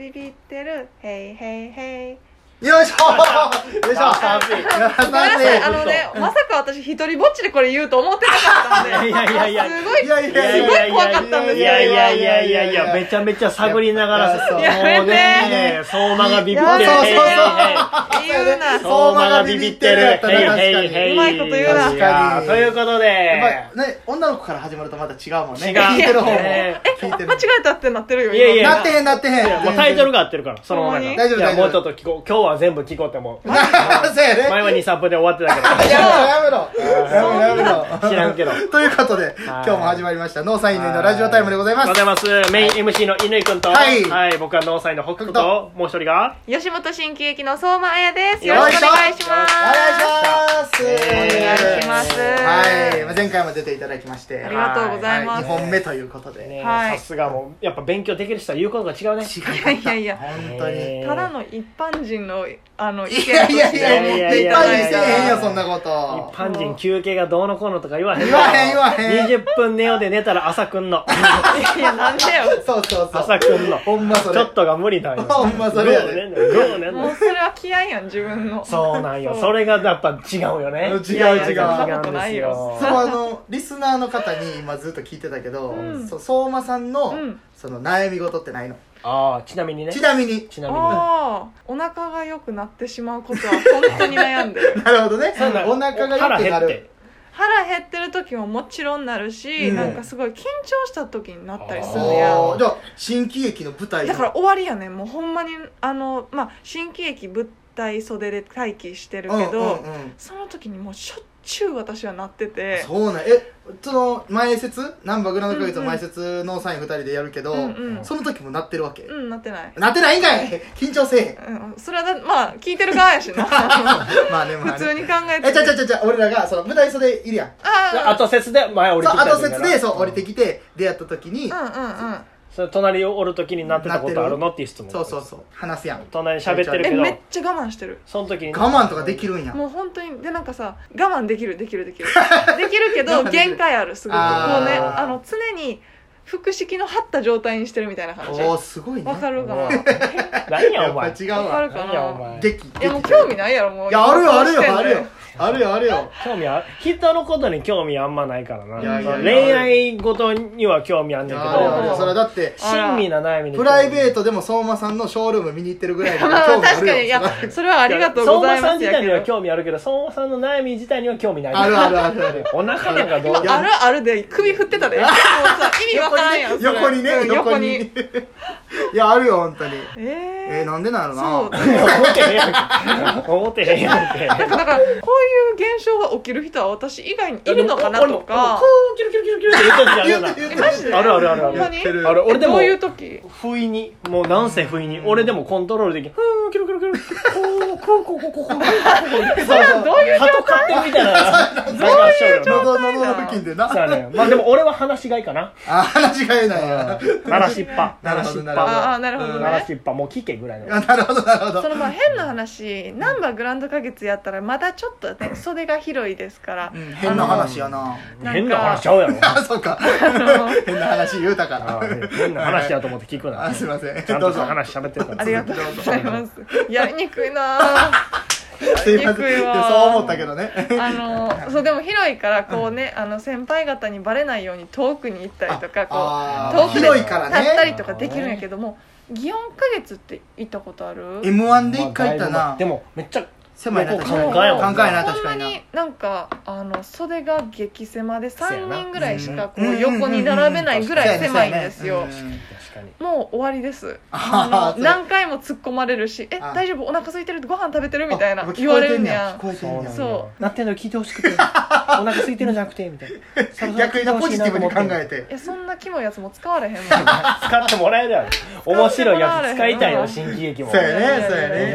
ビビってるヘイヘイヘイ。 よいしょよいしょ。 ごめんなさい、まさか私一人ぼっちでこれ言うと思ってなかったんで、 いやすごい怖かったんですよ。 いやめちゃめちゃ探りながらもうね相馬がビビってる。 言うな。 相馬がビビってる。 うまいこと言うな。 確かに。ということでね、女の子から始まるとまた違うもんね。 違う聞いてる方も。 間違えたってなってるよ。 いやいやなってへんなってへん。 もうタイトルが合ってるから、そのまま大丈夫大丈夫。 もうちょっと聞こう。今日は全部聞こうって思う。 そうやね。 前は 2,3 分で終わってたけど。 やめろ。 知らんけど。 ということで、今日も始まりましたノーサインのラジオタイムでございます。 ございます。メイン MC の乾くんと、はい、僕はノーサインの北斗と、もう一人が吉本新喜劇の相馬彩です。よろしくお願いします。 お願いします。 はい、 前回も出ていただきましてありがとうございます。 2本目ということで、 さすがもうやっぱ勉強できる人は言うことが違うね。 いや本当にただの一般人の意見といや一般人せえへんよそんなこと。 一般人休憩がどうのこうのとか言わへん。 言わへん。 20分寝ようで寝たら朝くんの。 いやなんでよ。 そう朝くんの。 ほんまそれ。 ちょっとが無理だよ。 ほんまそれやで。 もうそれは気合やん自分の。 そうなんよ。それがやっぱ違うよね。 違う。 そんなことないよ。 そうリスナーの方に今ずっと聞いてたけど、相馬さんのその悩み事ってないの？ ちなみにね。 ちなみにお腹が良くなってしまうことは本当に悩んでる。 なるほどね。お腹が良くなる。 腹減ってる時ももちろんなるし、なんかすごい緊張した時になったりするのや。じゃあ新喜劇の舞台だから終わりやねん。もうほんまに新喜劇舞台袖で待機してるけど、その時にもうしょっちゅう私はなってて。 そうなんその前説難波グランド花月の前説のサイン2人でやるけど、その時もなってるわけ？ なってない。 なってないんかい。緊張せえへん。それは聞いてる側やしな。 まあね普通に考えて。 じゃ俺らがその舞台袖いるやん。 後説で前降りてきた。 後説で降りてきて出会った時に。 それ隣をおる時になってたことあるのっていう質問。 そう話すやん。 隣に喋ってるけどめっちゃ我慢してる。 その時に我慢とかできるんや。 もう本当にでなんかさ我慢できるできるけど限界ある。すごくもうね常に腹式の張った状態にしてるみたいな感じ。 すごいね。 わかるかな。 何やお前。 違うわ。 わかるかな。 いやもう興味ないやろもう。 いやあるよ。 興味ある。人のことに興味あんまないからな。恋愛ごとには興味あんねんけど。 それだって親身な悩みに。 プライベートでも相馬さんのショールーム見に行ってるぐらいの興味あるよ。 確かにいやそれはありがとうございます。 相馬さん自体には興味あるけど相馬さんの悩み自体には興味ない。 ある。 お腹なんかどう？ あるで首振ってたで。もうさ意味わからんやん。 横にね。いやあるよ本当に。なんでなのな。 思ってへんやんけ。 だからこういう現象が起きる人は私以外にいるのかなとか。 キルキルって言う時あるよな。 マジで？ ある。俺でもどういう時？ 不意にもうなんせ不意に俺でもコントロールできん。キルこそれはどういう状態？ 鳩飼ってるみたいな。 どういう状態喉の付近でな。 まあでも俺は話しがいかな。 話しがいなんや。 話しっぱ。 なるほどね。 話しっぱもう聞けぐらいの。 なるほど。 その変な話ナンバーグランド花月やったらまだちょっとね袖が広いですから。 変な話やな。 変な話ちゃうやろ。 そうか。変な話言うたから。 変な話やと思って聞くな。 すいません。 ちゃんとした話喋ってるから。 ありがとうございます。やりにくいな。 すいません。そう思ったけどね。 そうでも広いからこうね先輩方にバレないように遠くに行ったりとかこう遠くで立ったりとかできるんやけども祇園花月って行ったことある？ M1 で1回行ったな。 でもめっちゃ狭いな。 カンカンやな確かにな。 ほんまになんか袖が激狭で3人ぐらいしかこう横に並べないぐらい狭いんですよ。もう終わりです。何回も突っ込まれるし大丈夫お腹空いてるご飯食べてるみたいな言われるんや。 そうなってんの聞いてほしくてお腹空いてるんじゃなくてみたいな。 逆にポジティブに考えて。 そんなキモいやつも使われへんもん。 使ってもらえるやろ。面白いやつ使いたいよ新喜劇も。 そうやね。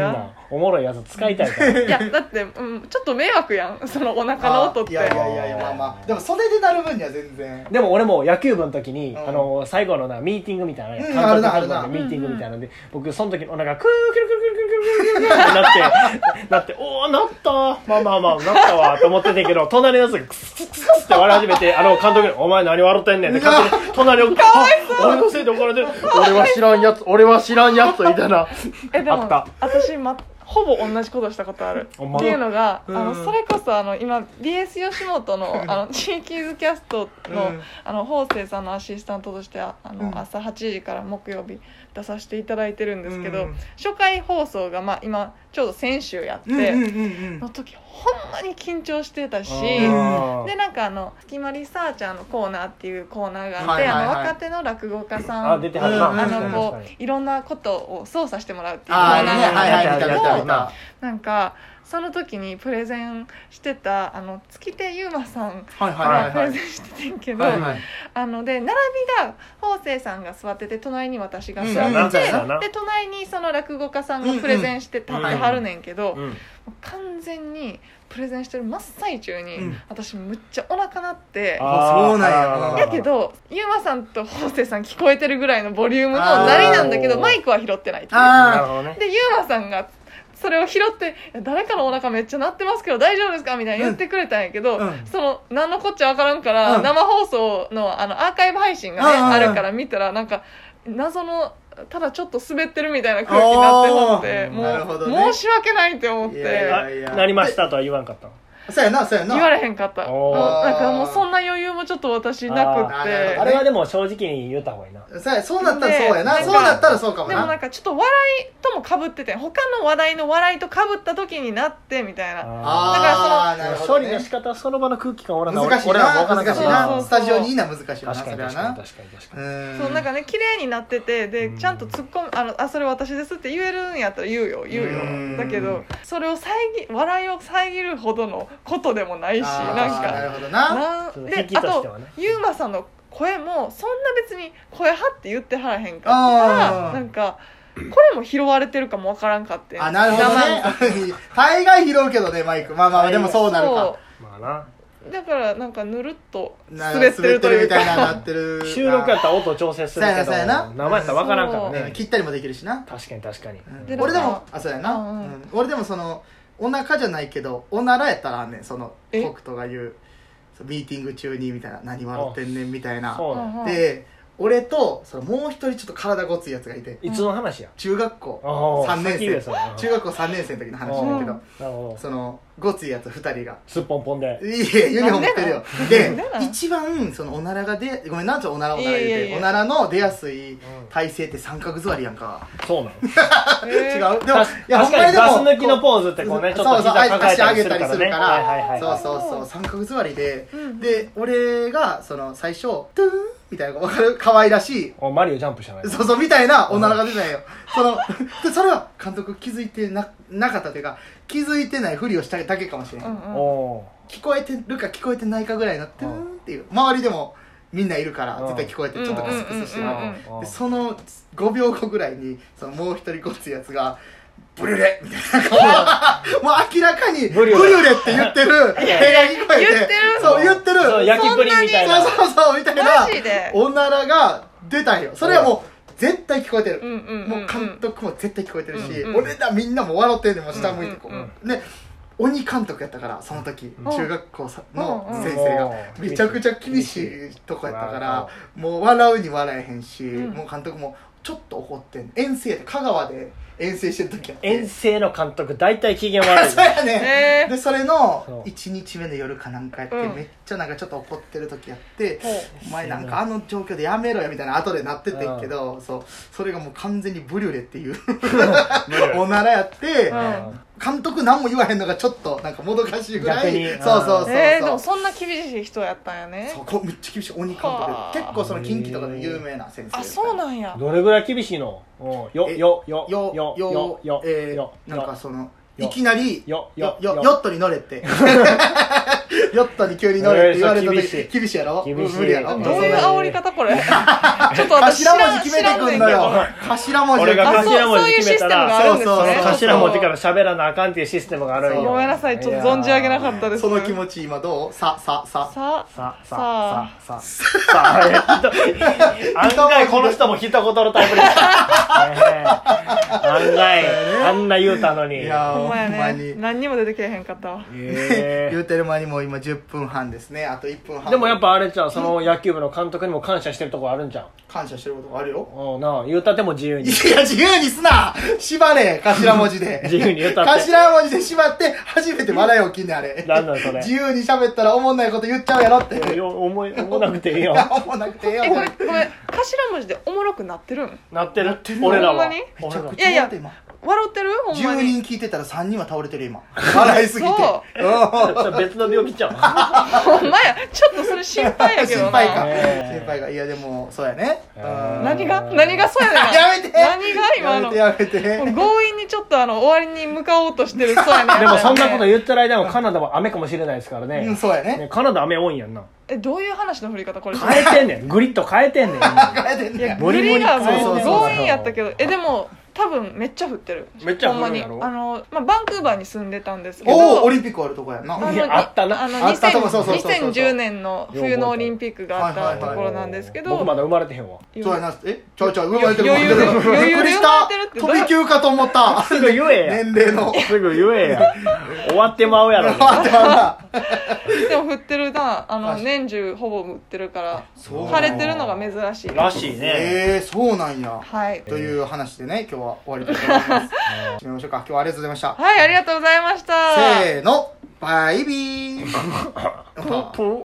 おもろいやつ使いたいからいやだって、ちょっと迷惑やんそのお腹の音って。 いやまあまあでも袖で鳴る分には全然。 でも俺も野球部の時に、最後のミーティングみたいな、監督のミーティングみたいなので、僕その時お腹クーキルクルクルクルクルクルクルってなっておおなったまあなったわと思ってたけど、隣のやつがクスクスクスって笑い始めて、監督にお前何笑ってんねんって勝手に隣を俺のせいで怒られてる、俺は知らんやつみたいな。 でも私ほぼ同じことしたことあるっていうのが、それこそ今 BS 吉本の地域ズキャストの方正さんのアシスタントとして朝8時から木曜日出させていただいてるんですけど、初回放送が今ちょうど先週やっての時ほんまに緊張してたし、でなんか隙間リサーチャーのコーナーっていうコーナーがあって、若手の落語家さんこういろんなことを操作してもらうっていうコーナーがあるんだけど、なんかその時にプレゼンしてた月手優馬さんがプレゼンしててんけど、で並びが方正さんが座ってて、隣に私が座ってて、で隣にその落語家さんがプレゼンして立ってはるねんけど、完全にプレゼンしてる真っ最中に、私むっちゃお腹鳴って、 そうなんやけど優馬さんと方正さん聞こえてるぐらいのボリュームの鳴りなんだけど、マイクは拾ってないっていう。で優馬さんがそれを拾って誰かのお腹めっちゃ鳴ってますけど大丈夫ですかみたいな言ってくれたんやけど、その何のこっちゃ分からんから、生放送のアーカイブ配信がねあるから見たら、なんか謎のただちょっと滑ってるみたいな空気になってもって、もう申し訳ないって思って、 なりましたとは言わんかったの。 そうやな言われへんかった。なんかもうそんな余裕もちょっと私なくって、 あれはでも正直に言った方がいいな。 そうなったらそうやな。そうなったらそうかもな。 でもなんかちょっと笑いとも被ってて、他の話題の笑いと被った時になってみたいな。だからその処理の仕方、その場の空気感俺ら難しいな。スタジオにいいな難しいな。 確かにそうなんかね、綺麗になってて、でちゃんと突っ込むそれ私ですって言えるんやったら言うよ。だけどそれを笑いを遮るほどのことでもないし、なんかなるほどな。 であとゆうまさんの声もそんな別に声張って言ってはらへんかったから、なんかこれも拾われてるかもわからんかって。 なるほどね。大概拾うけどねマイク。まあでもそうなるか。 まあな。 だからなんかぬるっと滑ってるというみたいななってる。 収録やったら音調整するけど生やったら分からんからね。 切ったりもできるしな。 確かに俺でもそうやな。俺でもそのお腹じゃないけどおならやったらね、その北斗が言うミーティング中にみたいな、何笑ってんねんみたいな。で俺とそのもう一人ちょっと体ごついやつがいて。 いつの話や。 中学校3年生中学校3年生の時の話だけど、そのごついやつ2人がすっぽんぽんでいやユニフォーム持ってるよ。で一番そのおならがでごめんなんちょおなら言うて、おならの出やすい体勢って三角座りやんか。 そうなの。 違う。でもいや確かにガス抜きのポーズってこうね、ちょっと膝抱えたりするからね。 そう三角座りで、で俺がその最初トゥーンみたいな分かる可愛らしいマリオジャンプしたね。 そうみたいなおならが出ないよ。それは監督気づいてなかったというか、気づいてないふりをしただけかもしれない。聞こえてるか聞こえてないかぐらいのトゥーンっていう、周りでもみんないるから絶対聞こえてちょっとクスクスしてる。でその5秒後ぐらいにそのもう一人ごついやつがブリュレみたいな顔もう明らかにブリュレって言ってる手が聞こえて、そう言ってる焼きプリンみたいな、 そうみたいなおならが出たんよ。それはもう絶対聞こえてる。もう監督も絶対聞こえてるし、俺らみんなも笑ってんねん、もう下向いてこうで鬼監督やったから、その時中学校の先生がめちゃくちゃ厳しいとこやったから、もう笑うに笑えへんし、もう監督もちょっと怒ってん。遠征で香川で遠征してる時やって、 遠征の監督大体機嫌悪い。 そうやね。でそれの1日目の夜かなんかやって、めっちゃなんかちょっと怒ってる時やって、お前なんかあの状況でやめろよみたいな後でなっててんけど、それがもう完全にブリュレっていうおならやって、監督何も言わへんのがちょっとなんかもどかしいぐらい。そうでもそんな厳しい人やったんやね。 そうめっちゃ厳しい鬼監督で、結構その近畿とかで有名な先生。 あ、そうなんや。 どれぐらい厳しいの？ なんかそのいきなりヨットに乗れってヨットに急に乗れって言われた時厳しいやろ。 厳しい無理やろ。 どういう煽り方これちょっと私頭文字決めてくんのよ。頭文字俺が頭文字決めたらそういうシステムがあるんですね。 頭文字から喋らなあかんっていうシステムがあるんよ。 ごめんなさい、ちょっと存じ上げなかったです。 その気持ち今どう？さ案外この人も一言のタイプでした案外あんな言うたのに。 いやほんまやほんまにね、何にも出てけえへんかったわ。 言うてる間にもう今10分半ですね。あと1分半。 でもやっぱあれじゃん、その野球部の監督にも感謝してるとこあるんじゃん。 感謝してることがあるよ。 うんなあ、言うたっても自由に。 いや自由にすな、縛れ頭文字で自由に言うたって頭文字で縛って初めて笑いを起きんねんあれ。 なんなんそれ。 自由に喋ったらおもんないこと言っちゃうやろって。 思わなくていいよ。 おもんなくてええよ。 これ頭文字でおもろくなってるん？ なってる俺らは。 ほんまに？ めちゃくちいやいやゃ笑って今。 笑ってる？ほんま 10 に。 人聞いてたら3人は倒れてる今。笑いすぎて。 そう別の病気ちゃう。 ほんまや、ちょっとそれ心配やけどな。 心配か。 ね心配が。いやでもそうやね。 何がそうやねんな。 やめて。 何が今の。 やめて。 もう強引にちょっと終わりに向かおうとしてる。そうやねん。 でもそんなこと言ってる間もカナダは雨かもしれないですからうんね。 そうやね。 カナダ雨多いんやんな。 どういう話の振り方これ？ 変えてんねん。グリッド変えてんねん。 変えてんいや、 ね。 グリがもうそうそうそう強引やったけど、でも多分めっちゃ降ってる。 めっちゃ降るほんまにやろバンクーバーに住んでたんですけおど、 おオリンピックあるとこやな。 いやあったなあったとこそうそうそうそう 2010年の冬のオリンピックがあったところなんですけど、 僕まだ生まれてへんわ。 そうやな。ちょ生まれてる。 余裕でびっくりした。飛び級かと思った。 すぐ言えや。 年齢の。 すぐ言えや。終わってまうやろ。 待ってまうな。 でも降ってるな、年中ほぼ降ってるからそう晴れてるのが珍しいらしいね。 そうなんや。 はいという話でね今日は終わりたいと思います。締めましょうか。今日はありがとうございました。 はい、ありがとうございました。 せーのバイビー。 と